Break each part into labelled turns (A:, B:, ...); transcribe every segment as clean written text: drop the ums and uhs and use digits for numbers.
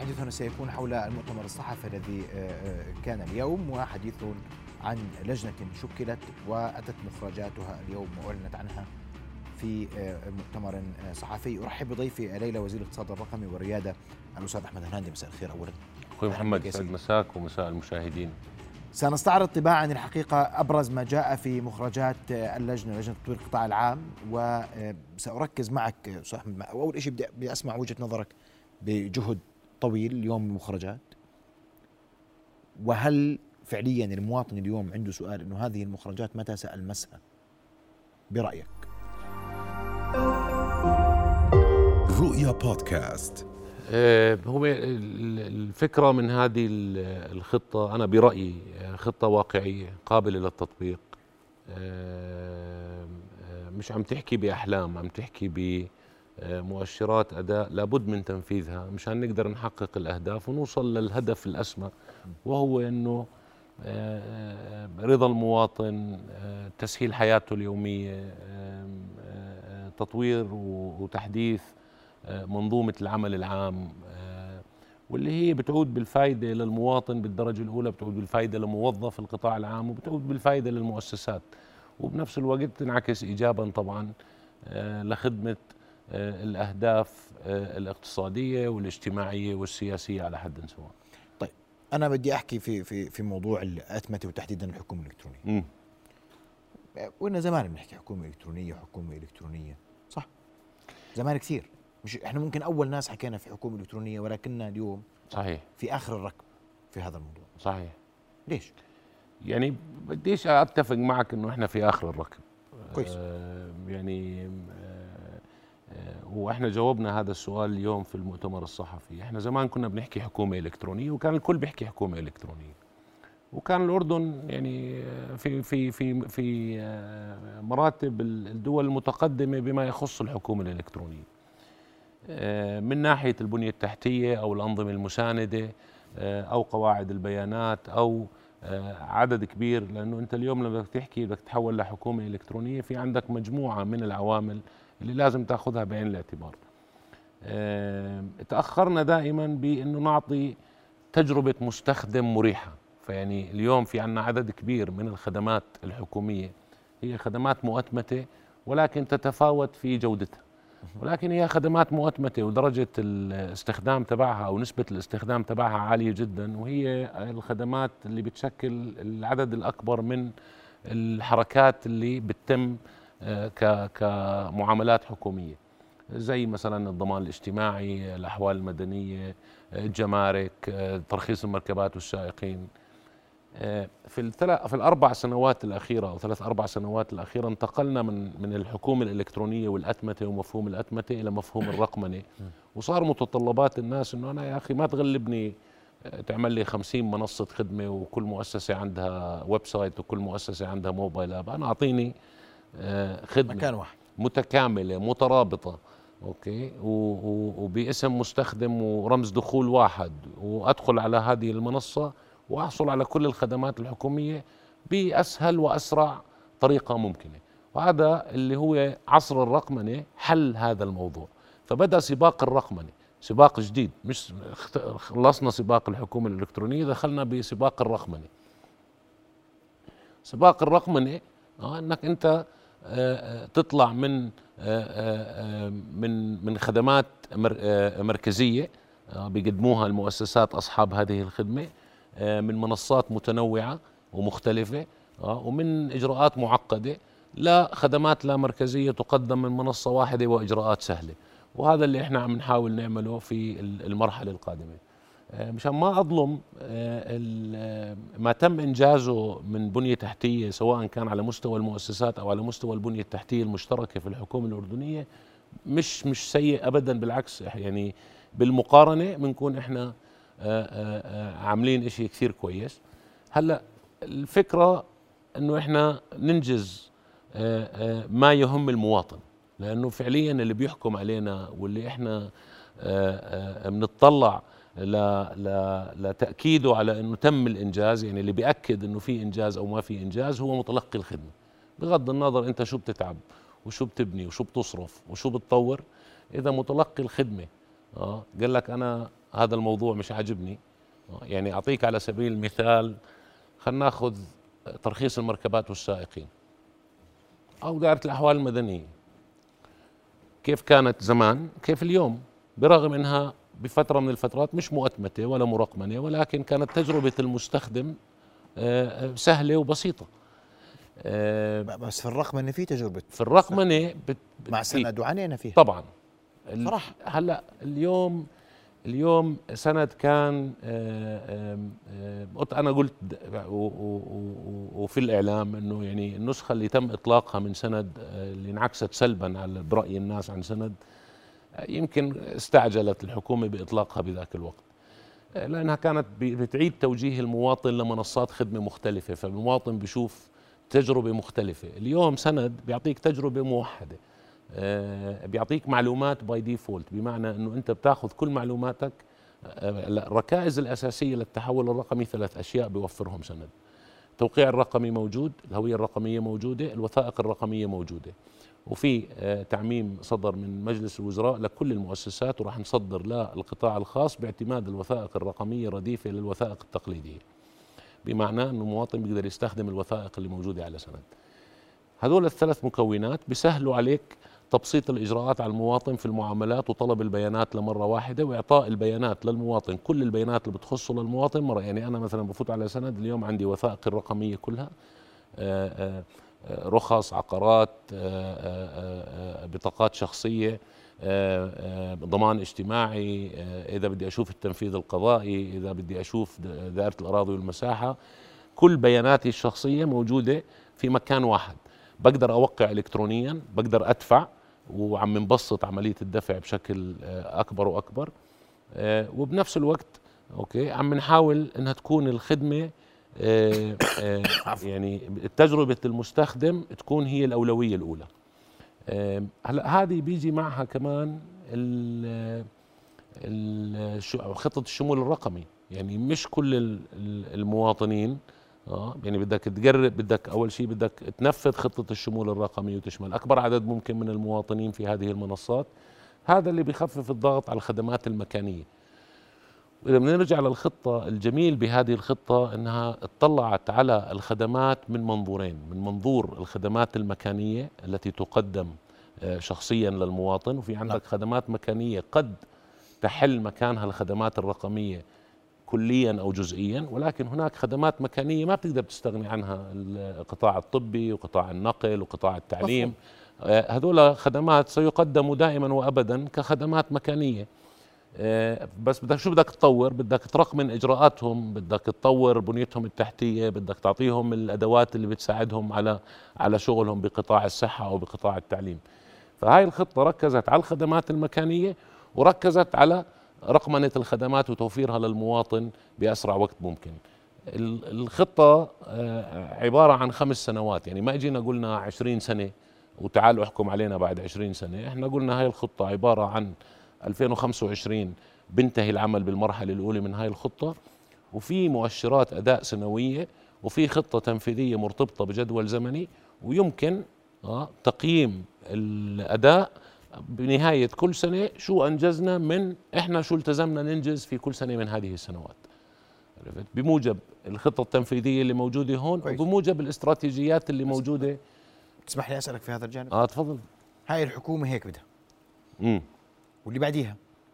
A: حديثنا سيكون حول المؤتمر الصحفي الذي كان اليوم، وحديث عن لجنة شكلت وأتت مخرجاتها اليوم وأعلنت عنها في مؤتمر صحفي. أرحب بضيفي الليلة وزير الاقتصاد الرقمي والريادة الأستاذ أحمد الهناندي. مساء الخير. أولا
B: أخوي محمد، يسعد مساك ومساء المشاهدين.
A: سنستعرض طباعا الحقيقة أبرز ما جاء في مخرجات لجنة تطوير القطاع العام، وسأركز معك أستاذ أحمد. أول شيء بدي أسمع وجهة نظرك بجهد طويل اليوم المخرجات، وهل فعليا المواطن اليوم عنده سؤال إنه هذه المخرجات متى سألمسها برأيك؟
C: رؤيا بودكاست.
B: هو الفكرة من هذه الخطة أنا برأيي خطة واقعية قابلة للتطبيق، مش عم تحكي بأحلام، عم تحكي بمؤشرات أداء لابد من تنفيذها مشان نقدر نحقق الأهداف ونوصل للهدف الأسمى، وهو أنه رضا المواطن، تسهيل حياته اليومية، تطوير وتحديث منظومة العمل العام، واللي هي بتعود بالفائدة للمواطن بالدرجة الأولى، بتعود بالفائدة لموظف القطاع العام، وبتعود بالفائدة للمؤسسات، وبنفس الوقت تنعكس إيجابا طبعا لخدمة الأهداف الاقتصادية والاجتماعية والسياسية على حد سواء.
A: طيب أنا بدي أحكي في موضوع الأتمتة وتحديدا الحكومة الإلكترونية. وإحنا زمان بنحكي حكومة إلكترونية صح؟ زمان كثير، مش احنا ممكن اول ناس حكينا في حكومه الكترونيه، ولكننا اليوم
B: صحيح
A: في اخر الركب في هذا الموضوع.
B: صحيح.
A: ليش؟
B: يعني بديش اتفق معك انه احنا في اخر الركب.
A: كويس.
B: واحنا جاوبنا هذا السؤال اليوم في المؤتمر الصحفي. احنا زمان كنا بنحكي حكومه الكترونيه، وكان الكل بيحكي حكومه الكترونيه، وكان الأردن يعني في مراتب الدول المتقدمة بما يخص الحكومة الإلكترونية، من ناحية البنية التحتية أو الأنظمة المساندة أو قواعد البيانات أو عدد كبير. لأنه أنت اليوم لما بدك تحكي بدك تحول لحكومة إلكترونية، في عندك مجموعة من العوامل اللي لازم تأخذها بعين الاعتبار. تأخرنا دائما بأنه نعطي تجربة مستخدم مريحة. فيعني اليوم في عنا عدد كبير من الخدمات الحكومية هي خدمات مؤتمتة، ولكن تتفاوت في جودتها، ولكن هي خدمات مؤتمتة ودرجة الاستخدام تبعها أو نسبة الاستخدام تبعها عالية جدا، وهي الخدمات اللي بتشكل العدد الأكبر من الحركات اللي بتتم كمعاملات حكومية، زي مثلا الضمان الاجتماعي، الأحوال المدنية، الجمارك، ترخيص المركبات والسائقين. في الأربع سنوات الأخيرة أو 3-4 سنوات الأخيرة انتقلنا من الحكومة الإلكترونية والأتمتة ومفهوم الأتمتة إلى مفهوم الرقمنة، وصار متطلبات الناس إنه أنا يا أخي ما تغلبني تعمل لي 50 منصة خدمة وكل مؤسسة عندها ويب سايت وكل مؤسسة عندها موبايل آب. أنا أعطيني خدمة
A: مكان واحد
B: متكاملة مترابطة، أوكي، وباسم مستخدم ورمز دخول واحد، وأدخل على هذه المنصة وأحصل على كل الخدمات الحكومية بأسهل وأسرع طريقة ممكنة. وهذا اللي هو عصر الرقمنة حل هذا الموضوع. فبدأ سباق الرقمنة، سباق جديد، مش خلصنا سباق الحكومة الإلكترونية، دخلنا بسباق الرقمنة. سباق الرقمنة أنك أنت تطلع من خدمات مركزية بيقدموها المؤسسات أصحاب هذه الخدمة، من منصات متنوعة ومختلفة، ومن إجراءات معقدة لخدمات لا مركزية تقدم من منصة واحدة وإجراءات سهلة. وهذا اللي احنا عم نحاول نعمله في المرحلة القادمة، مشان ما أظلم ما تم إنجازه من بنية تحتية، سواء كان على مستوى المؤسسات أو على مستوى البنية التحتية المشتركة في الحكومة الأردنية، مش سيء أبدا، بالعكس. يعني بالمقارنة بنكون احنا عاملين إشي كثير كويس. هلأ الفكرة إنه إحنا ننجز ما يهم المواطن، لأنه فعليا اللي بيحكم علينا واللي إحنا بنطلع لتأكيده على إنه تم الإنجاز، يعني اللي بيأكد إنه في إنجاز أو ما في إنجاز هو متلقي الخدمة، بغض النظر أنت شو بتتعب وشو بتبني وشو بتصرف وشو بتطور. إذا متلقي الخدمة قال لك أنا هذا الموضوع مش عاجبني. يعني اعطيك على سبيل المثال، خلينا ناخذ ترخيص المركبات والسائقين او دائره الاحوال المدنيه. كيف كانت زمان كيف اليوم، برغم انها بفتره من الفترات مش مؤتمته ولا مرقمنه، ولكن كانت تجربه المستخدم سهله وبسيطه.
A: بس في الرقمنه في تجربه،
B: في الرقمنه
A: مع سند وعانينا فيها
B: طبعا
A: صراحه.
B: هلا اليوم سند كان انا قلت وفي الاعلام انه يعني النسخه اللي تم اطلاقها من سند اللي انعكست سلبا على براي الناس عن سند، يمكن استعجلت الحكومه باطلاقها بذاك الوقت، لانها كانت بتعيد توجيه المواطن لمنصات خدمه مختلفه، فالمواطن بيشوف تجربه مختلفه. اليوم سند بيعطيك تجربه موحده، بيعطيك معلومات باي ديفولت، بمعنى انه انت بتاخذ كل معلوماتك. الركائز الاساسيه للتحول الرقمي 3 أشياء بيوفرهم سند: التوقيع الرقمي موجود، الهويه الرقميه موجوده، الوثائق الرقميه موجوده. وفي تعميم صدر من مجلس الوزراء لكل المؤسسات، وراح نصدر للقطاع الخاص باعتماد الوثائق الرقميه رديفه للوثائق التقليديه، بمعنى انه المواطن بيقدر يستخدم الوثائق اللي موجوده على سند. هذول ال3 مكونات بيسهلوا عليك تبسيط الإجراءات على المواطن في المعاملات وطلب البيانات لمرة واحدة وإعطاء البيانات للمواطن، كل البيانات اللي بتخصه للمواطن مرة. يعني أنا مثلا بفوت على سند اليوم عندي وثائق الرقمية كلها، رخص، عقارات، بطاقات شخصية، ضمان اجتماعي، إذا بدي أشوف التنفيذ القضائي، إذا بدي أشوف دائرة الأراضي والمساحة، كل بياناتي الشخصية موجودة في مكان واحد. بقدر أوقع إلكترونيا، بقدر أدفع، وعم نبسط عملية الدفع بشكل أكبر وأكبر، وبنفس الوقت عم نحاول أنها تكون الخدمة يعني تجربة المستخدم تكون هي الأولوية الأولى. هلا هذه بيجي معها كمان خطة الشمول الرقمي. يعني مش كل المواطنين يعني بدك تقرب، بدك اول شيء بدك تنفذ خطه الشمول الرقمي وتشمل اكبر عدد ممكن من المواطنين في هذه المنصات. هذا اللي بيخفف الضغط على الخدمات المكانيه. واذا بنرجع للخطه، الجميل بهذه الخطه انها اطلعت على الخدمات من منظورين: من منظور الخدمات المكانيه التي تقدم شخصيا للمواطن، وفي عندك خدمات مكانيه قد تحل مكانها الخدمات الرقميه كليا او جزئيا، ولكن هناك خدمات مكانيه ما بتقدر تستغني عنها، القطاع الطبي وقطاع النقل وقطاع التعليم. هذول خدمات سيقدموا دائما وابدا كخدمات مكانيه. بس بدك شو بدك تطور؟ بدك ترقمن اجراءاتهم، بدك تطور بنيتهم التحتيه، بدك تعطيهم الادوات اللي بتساعدهم على شغلهم بقطاع الصحه او بقطاع التعليم. فهاي الخطه ركزت على الخدمات المكانيه، وركزت على رقمنة الخدمات وتوفيرها للمواطن بأسرع وقت ممكن. الخطة عبارة عن 5 سنوات، يعني ما اجينا قلنا 20 سنة وتعالوا احكم علينا بعد 20 سنة. احنا قلنا هاي الخطة عبارة عن 2025 بنتهي العمل بالمرحلة الأولى من هاي الخطة، وفي مؤشرات أداء سنوية، وفي خطة تنفيذية مرتبطة بجدول زمني، ويمكن تقييم الأداء بنهاية كل سنة، شو أنجزنا من إحنا شو التزمنا ننجز في كل سنة من هذه السنوات، بموجب الخطة التنفيذية اللي موجودة هون وبموجب الاستراتيجيات اللي موجودة.
A: تسمح لي أسألك في هذا الجانب؟
B: تفضل.
A: هاي الحكومة هيك بدها، واللي بعديها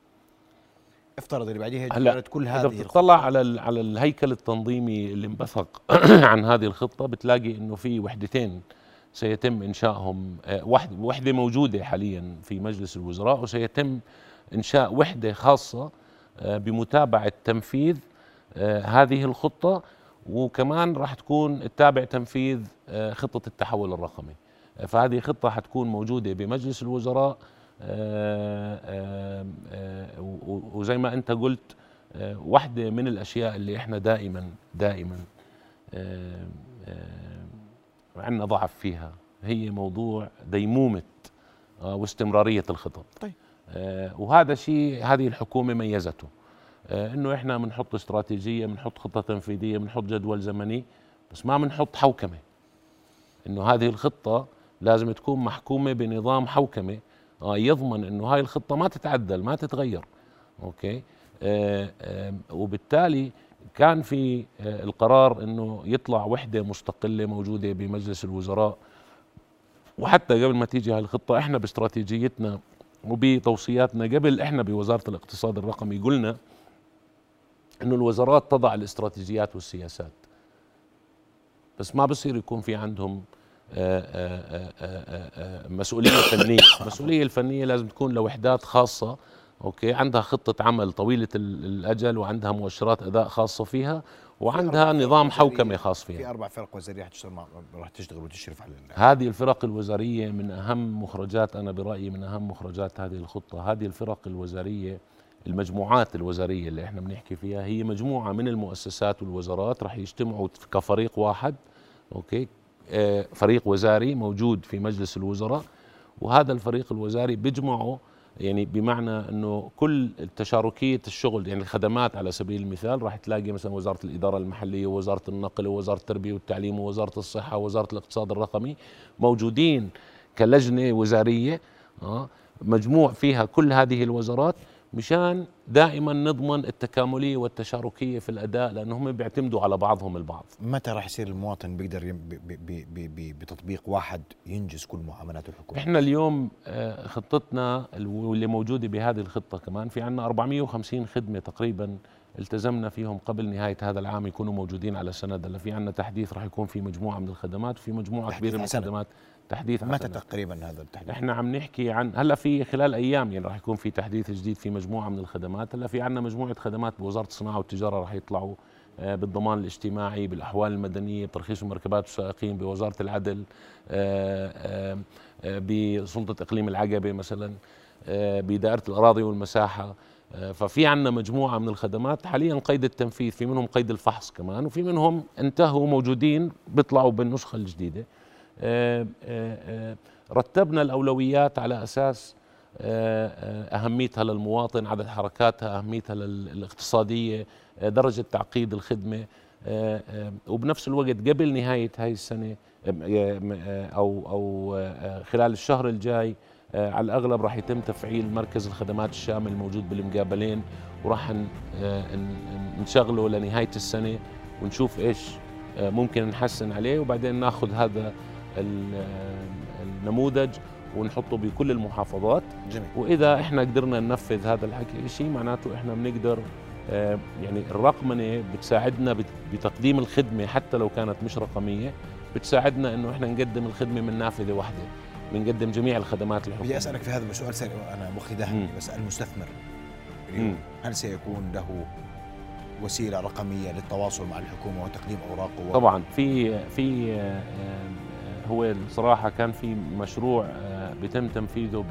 A: افترض اللي بعديها جرت كل هذه.
B: إذا بتطلع على الهيكل التنظيمي اللي انبثق عن هذه الخطة، بتلاقي إنه في وحدتين سيتم إنشائهم، وحدة موجودة حاليا في مجلس الوزراء، وسيتم إنشاء وحدة خاصة بمتابعة تنفيذ هذه الخطة، وكمان راح تكون تتابع تنفيذ خطة التحول الرقمي. فهذه خطة حتكون موجودة بمجلس الوزراء، وزي ما أنت قلت، واحدة من الأشياء اللي إحنا دائما عندنا ضعف فيها هي موضوع ديمومة واستمرارية الخطط.
A: طيب.
B: وهذا شيء هذه الحكومة ميزته، إنه إحنا بنحط استراتيجية، بنحط خطة تنفيذية، بنحط جدول زمني، بس ما بنحط حوكمة. إنه هذه الخطة لازم تكون محكومة بنظام حوكمة يضمن إنه هاي الخطة ما تتعدل، ما تتغير. أوكي. وبالتالي كان في القرار انه يطلع وحده مستقله موجوده بمجلس الوزراء. وحتى قبل ما تيجي هاي الخطه احنا باستراتيجيتنا وبتوصياتنا قبل، احنا بوزاره الاقتصاد الرقمي قلنا انه الوزارات تضع الاستراتيجيات والسياسات، بس ما بصير يكون في عندهم مسؤوليه فنيه. المسؤوليه الفنيه لازم تكون لوحدات خاصه، اوكي، عندها خطه عمل طويله الاجل وعندها مؤشرات اداء خاصه فيها وعندها نظام حوكمه خاص فيها.
A: في 4 فرق وزاريه راح تشتغل وتشرف على
B: هذه الفرق الوزاريه من اهم مخرجات، انا برايي من اهم مخرجات هذه الخطه. هذه الفرق الوزاريه، المجموعات الوزاريه اللي احنا بنحكي فيها، هي مجموعه من المؤسسات والوزارات راح يجتمعوا كفريق واحد، اوكي، فريق وزاري موجود في مجلس الوزراء. وهذا الفريق الوزاري بيجمعه، يعني بمعنى انه كل تشاركيه الشغل، يعني الخدمات على سبيل المثال راح تلاقي مثلا وزاره الاداره المحليه ووزاره النقل ووزاره التربيه والتعليم ووزاره الصحه ووزاره الاقتصاد الرقمي موجودين كلجنه وزاريه مجموع فيها كل هذه الوزارات، مشان دائما نضمن التكامليه والتشاركيه في الاداء، لانهم بيعتمدوا على بعضهم البعض.
A: متى راح يصير المواطن بيقدر بتطبيق واحد ينجز كل معاملات الحكومه؟
B: احنا اليوم خطتنا واللي موجوده بهذه الخطه كمان في عندنا 450 خدمه تقريبا التزمنا فيهم قبل نهايه هذا العام يكونوا موجودين على سند. هلا في عندنا تحديث راح يكون في مجموعه من الخدمات وفي مجموعه كبيره من الخدمات تحديث.
A: متى تقريبا هذا التحديث؟
B: احنا عم نحكي عن هلا في خلال ايام، يعني راح يكون في تحديث جديد في مجموعه من الخدمات. هلا في عندنا مجموعه خدمات بوزاره الصناعه والتجاره راح يطلعوا بالضمان الاجتماعي، بالاحوال المدنيه، بترخيص المركبات والسائقين، بوزاره العدل، بسلطه اقليم العقبه مثلا، بدائره الاراضي والمساحه. ففي عندنا مجموعه من الخدمات حاليا قيد التنفيذ، في منهم قيد الفحص كمان، وفي منهم انتهوا موجودين بيطلعوا بالنسخه الجديده. رتبنا الأولويات على أساس أهميتها للمواطن، عدد حركاتها، أهميتها الاقتصادية، درجة تعقيد الخدمة، وبنفس الوقت قبل نهاية هاي السنة أو خلال الشهر الجاي على الأغلب راح يتم تفعيل مركز الخدمات الشامل الموجود بالمقابلين، وراح نشغله لنهاية السنة ونشوف إيش ممكن نحسن عليه، وبعدين ناخذ هذا النموذج ونحطه بكل المحافظات.
A: جميل.
B: وإذا إحنا قدرنا ننفذ هذا الشيء معناته إحنا بنقدر، يعني الرقمنة بتساعدنا بتقديم الخدمة حتى لو كانت مش رقمية، بتساعدنا إنه إحنا نقدم الخدمة من نافذة واحدة، بنقدم جميع الخدمات الحكومية.
A: بدي أسألك في هذا السؤال سريع، أنا مخي دهني، بس المستثمر هل سيكون له وسيلة رقمية للتواصل مع الحكومة وتقديم أوراقه؟
B: طبعا في هو الصراحة كان في مشروع بيتم تنفيذه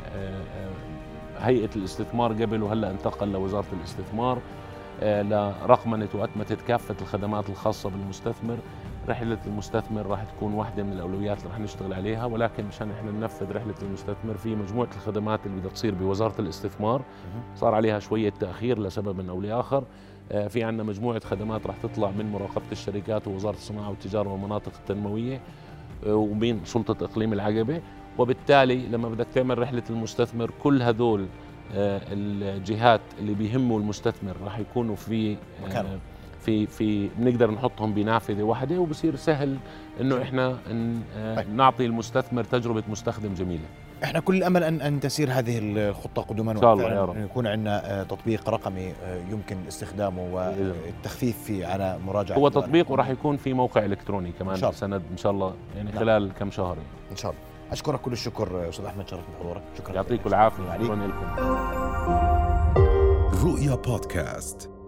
B: بهيئة الاستثمار قبل، وهلا انتقل لوزارة الاستثمار لرقمنة وأتمتة كافة الخدمات الخاصة بالمستثمر. رحلة المستثمر راح تكون واحدة من الأولويات اللي راح نشتغل عليها، ولكن مشان احنا ننفذ رحلة المستثمر في مجموعة الخدمات اللي بدها تصير بوزارة الاستثمار صار عليها شوية تأخير لسبب أو لآخر. في عندنا مجموعة خدمات راح تطلع من مراقبة الشركات ووزارة الصناعة والتجارة والمناطق التنموية ومن سلطة إقليم العقبة، وبالتالي لما بدك تعمل رحلة المستثمر كل هذول الجهات اللي بيهموا المستثمر راح يكونوا في في بنقدر نحطهم بنافذة واحدة، وبصير سهل انه احنا نعطي المستثمر تجربة مستخدم جميلة.
A: احنا كل الامل ان تسير هذه الخطة قدما،
B: ان شاء الله يا رب،
A: يكون عندنا تطبيق رقمي يمكن استخدامه والتخفيف فيه على مراجعة.
B: هو تطبيق وراح يكون في موقع الكتروني كمان سند ان شاء الله، يعني خلال كم شهر
A: ان شاء الله. اشكرك كل الشكر استاذ احمد، شرفت بحضورك.
B: شكرا، يعطيكم العافية. شكرا لكم.
C: رؤيا بودكاست.